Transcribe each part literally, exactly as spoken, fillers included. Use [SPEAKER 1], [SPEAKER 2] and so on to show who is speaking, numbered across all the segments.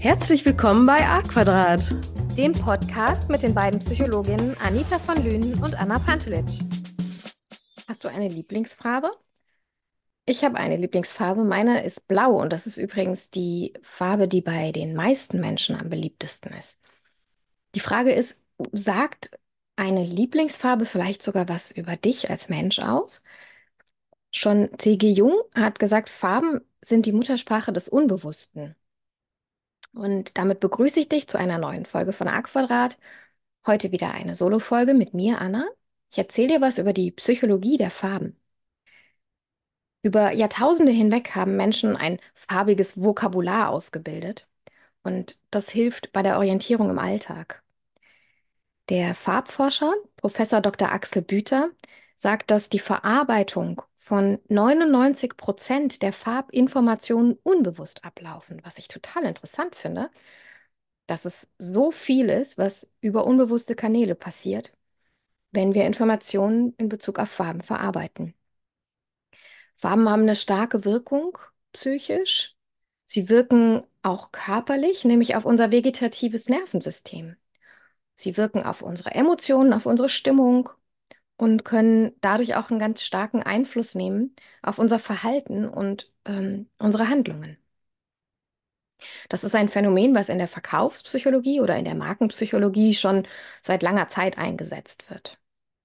[SPEAKER 1] Herzlich willkommen bei A Quadrat,
[SPEAKER 2] dem Podcast mit den beiden Psychologinnen Anita von Lünen und Anna Pantelic. Hast du eine Lieblingsfarbe?
[SPEAKER 1] Ich habe eine Lieblingsfarbe. Meine ist blau und das ist übrigens die Farbe, die bei den meisten Menschen am beliebtesten ist. Die Frage ist, sagt eine Lieblingsfarbe vielleicht sogar was über dich als Mensch aus? Schon C G. Jung hat gesagt, Farben sind die Muttersprache des Unbewussten. Und damit begrüße ich dich zu einer neuen Folge von A Quadrat. Heute wieder eine Solo-Folge mit mir, Anna. Ich erzähle dir was über die Psychologie der Farben. Über Jahrtausende hinweg haben Menschen ein farbiges Vokabular ausgebildet und das hilft bei der Orientierung im Alltag. Der Farbforscher, Professor Doktor Axel Büter, sagt, dass die Verarbeitung von neunundneunzig Prozent der Farbinformationen unbewusst ablaufen, was ich total interessant finde, dass es so viel ist, was über unbewusste Kanäle passiert, wenn wir Informationen in Bezug auf Farben verarbeiten. Farben haben eine starke Wirkung psychisch. Sie wirken auch körperlich, nämlich auf unser vegetatives Nervensystem. Sie wirken auf unsere Emotionen, auf unsere Stimmung und können dadurch auch einen ganz starken Einfluss nehmen auf unser Verhalten und ähm, unsere Handlungen. Das ist ein Phänomen, was in der Verkaufspsychologie oder in der Markenpsychologie schon seit langer Zeit eingesetzt wird.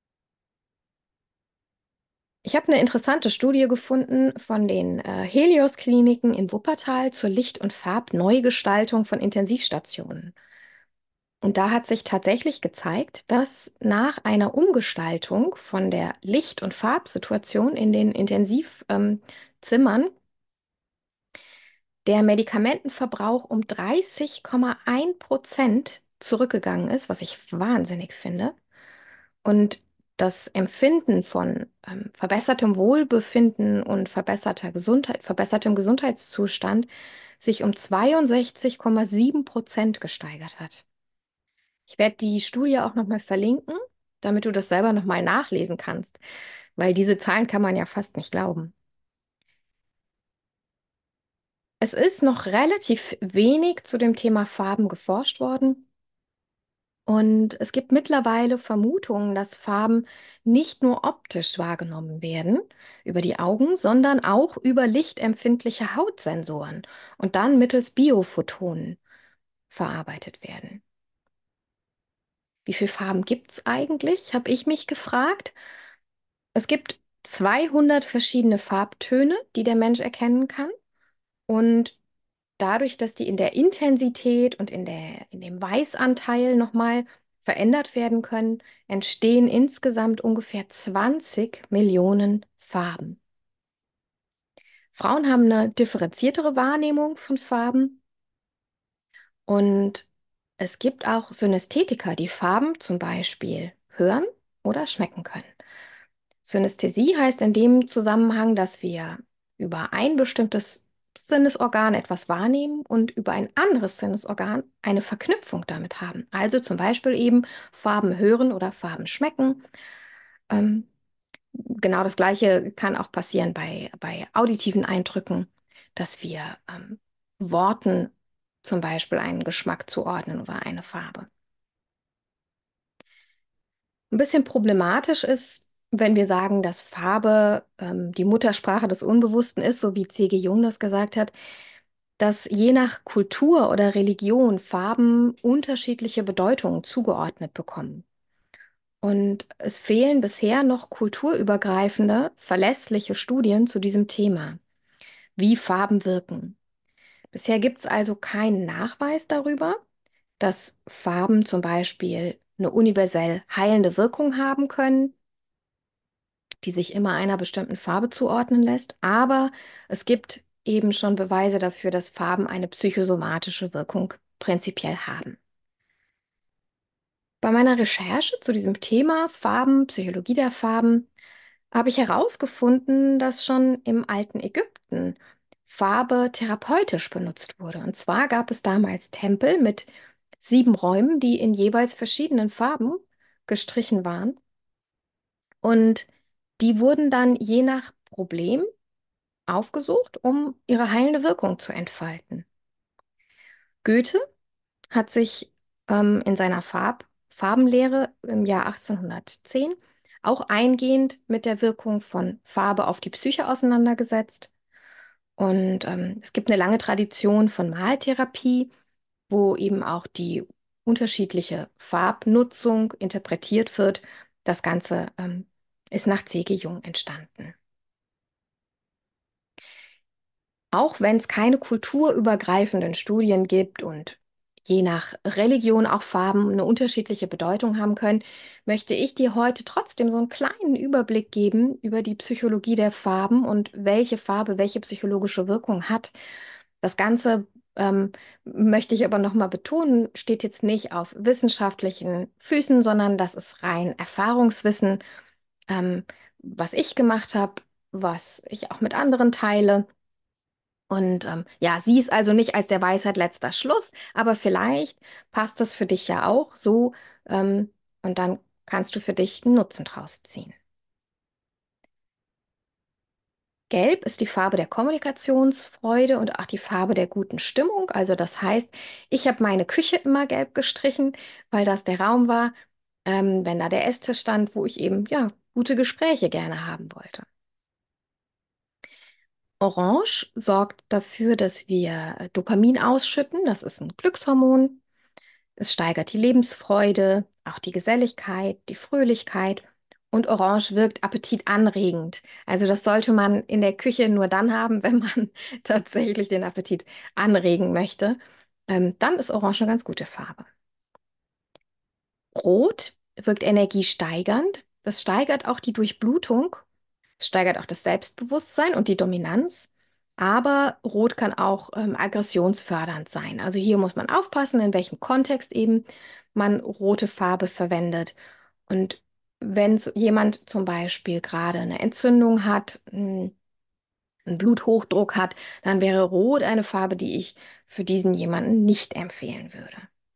[SPEAKER 1] Ich habe eine interessante Studie gefunden von den äh, Helios-Kliniken in Wuppertal zur Licht- und Farbneugestaltung von Intensivstationen. Und da hat sich tatsächlich gezeigt, dass nach einer Umgestaltung von der Licht- und Farbsituation in den Intensivzimmern der Medikamentenverbrauch um dreißig Komma eins Prozent zurückgegangen ist, was ich wahnsinnig finde. Und das Empfinden von ähm, verbessertem Wohlbefinden und verbesserter Gesundheit, verbessertem Gesundheitszustand sich um zweiundsechzig Komma sieben Prozent gesteigert hat. Ich werde die Studie auch nochmal verlinken, damit du das selber nochmal nachlesen kannst, weil diese Zahlen kann man ja fast nicht glauben. Es ist noch relativ wenig zu dem Thema Farben geforscht worden. Und es gibt mittlerweile Vermutungen, dass Farben nicht nur optisch wahrgenommen werden über die Augen, sondern auch über lichtempfindliche Hautsensoren und dann mittels Biophotonen verarbeitet werden. Wie viele Farben gibt es eigentlich, habe ich mich gefragt. Es gibt zweihundert verschiedene Farbtöne, die der Mensch erkennen kann. Und dadurch, dass die in der Intensität und in der, in dem Weißanteil nochmal verändert werden können, entstehen insgesamt ungefähr zwanzig Millionen Farben. Frauen haben eine differenziertere Wahrnehmung von Farben und es gibt auch Synästhetiker, die Farben zum Beispiel hören oder schmecken können. Synästhesie heißt in dem Zusammenhang, dass wir über ein bestimmtes Sinnesorgan etwas wahrnehmen und über ein anderes Sinnesorgan eine Verknüpfung damit haben. Also zum Beispiel eben Farben hören oder Farben schmecken. Ähm, genau das Gleiche kann auch passieren bei, bei auditiven Eindrücken, dass wir ähm, Worten zum Beispiel einen Geschmack zuordnen oder eine Farbe. Ein bisschen problematisch ist, wenn wir sagen, dass Farbe ähm, die Muttersprache des Unbewussten ist, so wie C G. Jung das gesagt hat, dass je nach Kultur oder Religion Farben unterschiedliche Bedeutungen zugeordnet bekommen. Und es fehlen bisher noch kulturübergreifende, verlässliche Studien zu diesem Thema, wie Farben wirken. Bisher gibt es also keinen Nachweis darüber, dass Farben zum Beispiel eine universell heilende Wirkung haben können, die sich immer einer bestimmten Farbe zuordnen lässt. Aber es gibt eben schon Beweise dafür, dass Farben eine psychosomatische Wirkung prinzipiell haben. Bei meiner Recherche zu diesem Thema Farben, Psychologie der Farben, habe ich herausgefunden, dass schon im alten Ägypten Farbe therapeutisch benutzt wurde. Und zwar gab es damals Tempel mit sieben Räumen, die in jeweils verschiedenen Farben gestrichen waren. Und die wurden dann je nach Problem aufgesucht, um ihre heilende Wirkung zu entfalten. Goethe hat sich ähm, in seiner Farb Farbenlehre im Jahr achtzehnhundertzehn auch eingehend mit der Wirkung von Farbe auf die Psyche auseinandergesetzt. Und ähm, es gibt eine lange Tradition von Maltherapie, wo eben auch die unterschiedliche Farbnutzung interpretiert wird. Das Ganze ähm, ist nach C G. Jung entstanden. Auch wenn es keine kulturübergreifenden Studien gibt und je nach Religion auch Farben eine unterschiedliche Bedeutung haben können, möchte ich dir heute trotzdem so einen kleinen Überblick geben über die Psychologie der Farben und welche Farbe welche psychologische Wirkung hat. Das Ganze ähm, möchte ich aber nochmal betonen, steht jetzt nicht auf wissenschaftlichen Füßen, sondern das ist rein Erfahrungswissen, ähm, was ich gemacht habe, was ich auch mit anderen teile. Und ähm, ja, sieh es also nicht als der Weisheit letzter Schluss, aber vielleicht passt es für dich ja auch so, ähm, und dann kannst du für dich einen Nutzen draus ziehen. Gelb ist die Farbe der Kommunikationsfreude und auch die Farbe der guten Stimmung. Also das heißt, ich habe meine Küche immer gelb gestrichen, weil das der Raum war, ähm, wenn da der Esstisch stand, wo ich eben ja gute Gespräche gerne haben wollte. Orange sorgt dafür, dass wir äh, Dopamin ausschütten. Das ist ein Glückshormon. Es steigert die Lebensfreude, auch die Geselligkeit, die Fröhlichkeit. Und Orange wirkt appetitanregend. Also das sollte man in der Küche nur dann haben, wenn man tatsächlich den Appetit anregen möchte. Ähm, dann ist Orange eine ganz gute Farbe. Rot wirkt energiesteigernd. Das steigert auch die Durchblutung. Es steigert auch das Selbstbewusstsein und die Dominanz. Aber Rot kann auch ähm, aggressionsfördernd sein. Also hier muss man aufpassen, in welchem Kontext eben man rote Farbe verwendet. Und wenn so jemand zum Beispiel gerade eine Entzündung hat, m, einen Bluthochdruck hat, dann wäre Rot eine Farbe, die ich für diesen jemanden nicht empfehlen würde.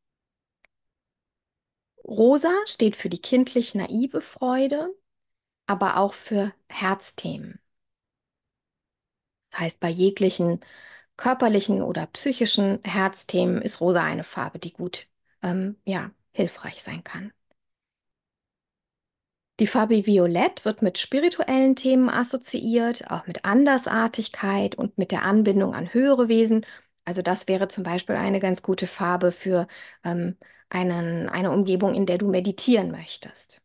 [SPEAKER 1] Rosa steht für die kindlich naive Freude, aber auch für Herzthemen. Das heißt, bei jeglichen körperlichen oder psychischen Herzthemen ist rosa eine Farbe, die gut, ähm, ja, hilfreich sein kann. Die Farbe Violett wird mit spirituellen Themen assoziiert, auch mit Andersartigkeit und mit der Anbindung an höhere Wesen. Also das wäre zum Beispiel eine ganz gute Farbe für ähm, einen, eine Umgebung, in der du meditieren möchtest.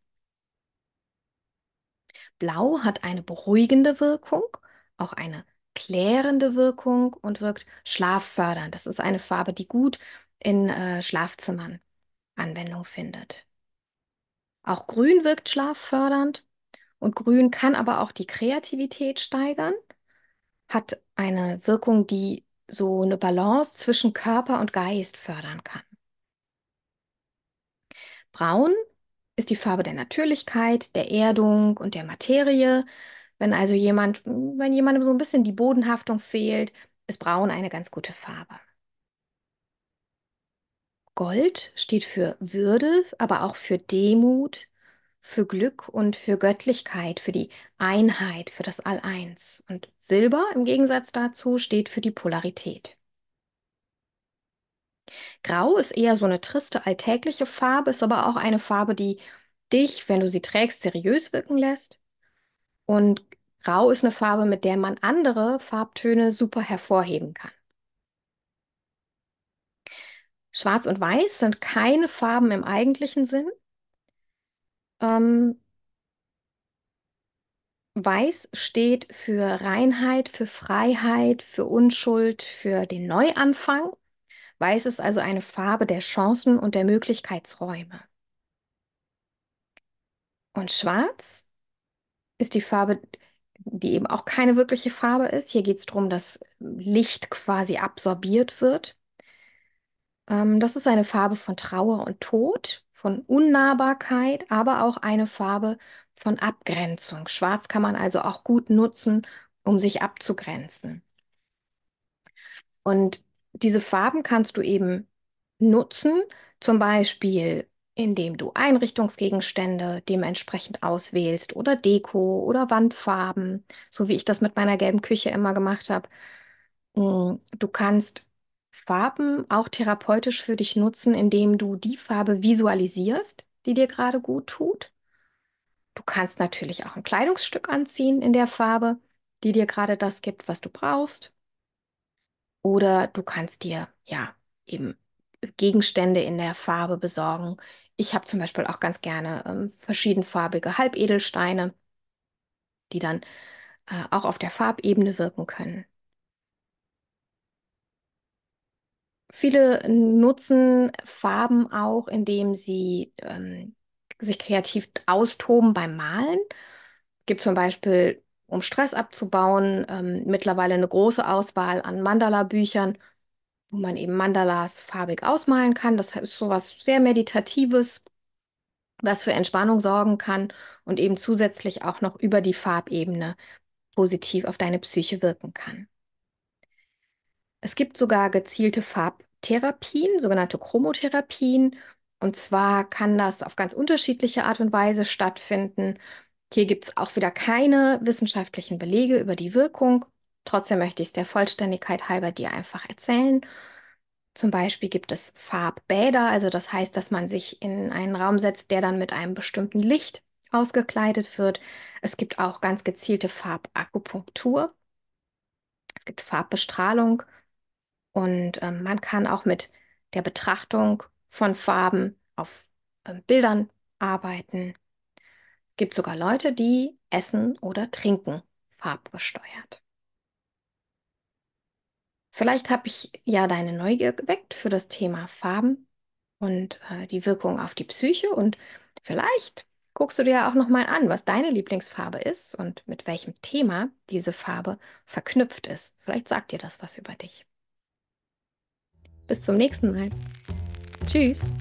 [SPEAKER 1] Blau hat eine beruhigende Wirkung, auch eine klärende Wirkung und wirkt schlaffördernd. Das ist eine Farbe, die gut in äh, Schlafzimmern Anwendung findet. Auch Grün wirkt schlaffördernd und Grün kann aber auch die Kreativität steigern, hat eine Wirkung, die so eine Balance zwischen Körper und Geist fördern kann. Braun ist die Farbe der Natürlichkeit, der Erdung und der Materie. Wenn also jemand, wenn jemandem so ein bisschen die Bodenhaftung fehlt, ist Braun eine ganz gute Farbe. Gold steht für Würde, aber auch für Demut, für Glück und für Göttlichkeit, für die Einheit, für das All-Eins. Und Silber im Gegensatz dazu steht für die Polarität. Grau ist eher so eine triste, alltägliche Farbe, ist aber auch eine Farbe, die dich, wenn du sie trägst, seriös wirken lässt. Und Grau ist eine Farbe, mit der man andere Farbtöne super hervorheben kann. Schwarz und Weiß sind keine Farben im eigentlichen Sinn. Ähm, Weiß steht für Reinheit, für Freiheit, für Unschuld, für den Neuanfang. Weiß ist also eine Farbe der Chancen und der Möglichkeitsräume. Und Schwarz ist die Farbe, die eben auch keine wirkliche Farbe ist. Hier geht es darum, dass Licht quasi absorbiert wird. Ähm, das ist eine Farbe von Trauer und Tod, von Unnahbarkeit, aber auch eine Farbe von Abgrenzung. Schwarz kann man also auch gut nutzen, um sich abzugrenzen. Und diese Farben kannst du eben nutzen, zum Beispiel indem du Einrichtungsgegenstände dementsprechend auswählst oder Deko oder Wandfarben, so wie ich das mit meiner gelben Küche immer gemacht habe. Mm, Du kannst Farben auch therapeutisch für dich nutzen, indem du die Farbe visualisierst, die dir gerade gut tut. Du kannst natürlich auch ein Kleidungsstück anziehen in der Farbe, die dir gerade das gibt, was du brauchst. Oder du kannst dir ja eben Gegenstände in der Farbe besorgen. Ich habe zum Beispiel auch ganz gerne ähm, verschiedenfarbige Halbedelsteine, die dann äh, auch auf der Farbebene wirken können. Viele nutzen Farben auch, indem sie ähm, sich kreativ austoben beim Malen. Gibt zum Beispiel, um Stress abzubauen, ähm, mittlerweile eine große Auswahl an Mandala-Büchern, wo man eben Mandalas farbig ausmalen kann. Das ist sowas sehr Meditatives, was für Entspannung sorgen kann und eben zusätzlich auch noch über die Farbebene positiv auf deine Psyche wirken kann. Es gibt sogar gezielte Farbtherapien, sogenannte Chromotherapien. Und zwar kann das auf ganz unterschiedliche Art und Weise stattfinden. Hier gibt es auch wieder keine wissenschaftlichen Belege über die Wirkung. Trotzdem möchte ich es der Vollständigkeit halber dir einfach erzählen. Zum Beispiel gibt es Farbbäder, also das heißt, dass man sich in einen Raum setzt, der dann mit einem bestimmten Licht ausgekleidet wird. Es gibt auch ganz gezielte Farbakupunktur. Es gibt Farbbestrahlung. Und ähm, man kann auch mit der Betrachtung von Farben auf ähm, Bildern arbeiten. Es gibt sogar Leute, die essen oder trinken farbgesteuert. Vielleicht habe ich ja deine Neugier geweckt für das Thema Farben und äh, die Wirkung auf die Psyche. Und vielleicht guckst du dir ja auch noch mal an, was deine Lieblingsfarbe ist und mit welchem Thema diese Farbe verknüpft ist. Vielleicht sagt dir das was über dich. Bis zum nächsten Mal. Tschüss.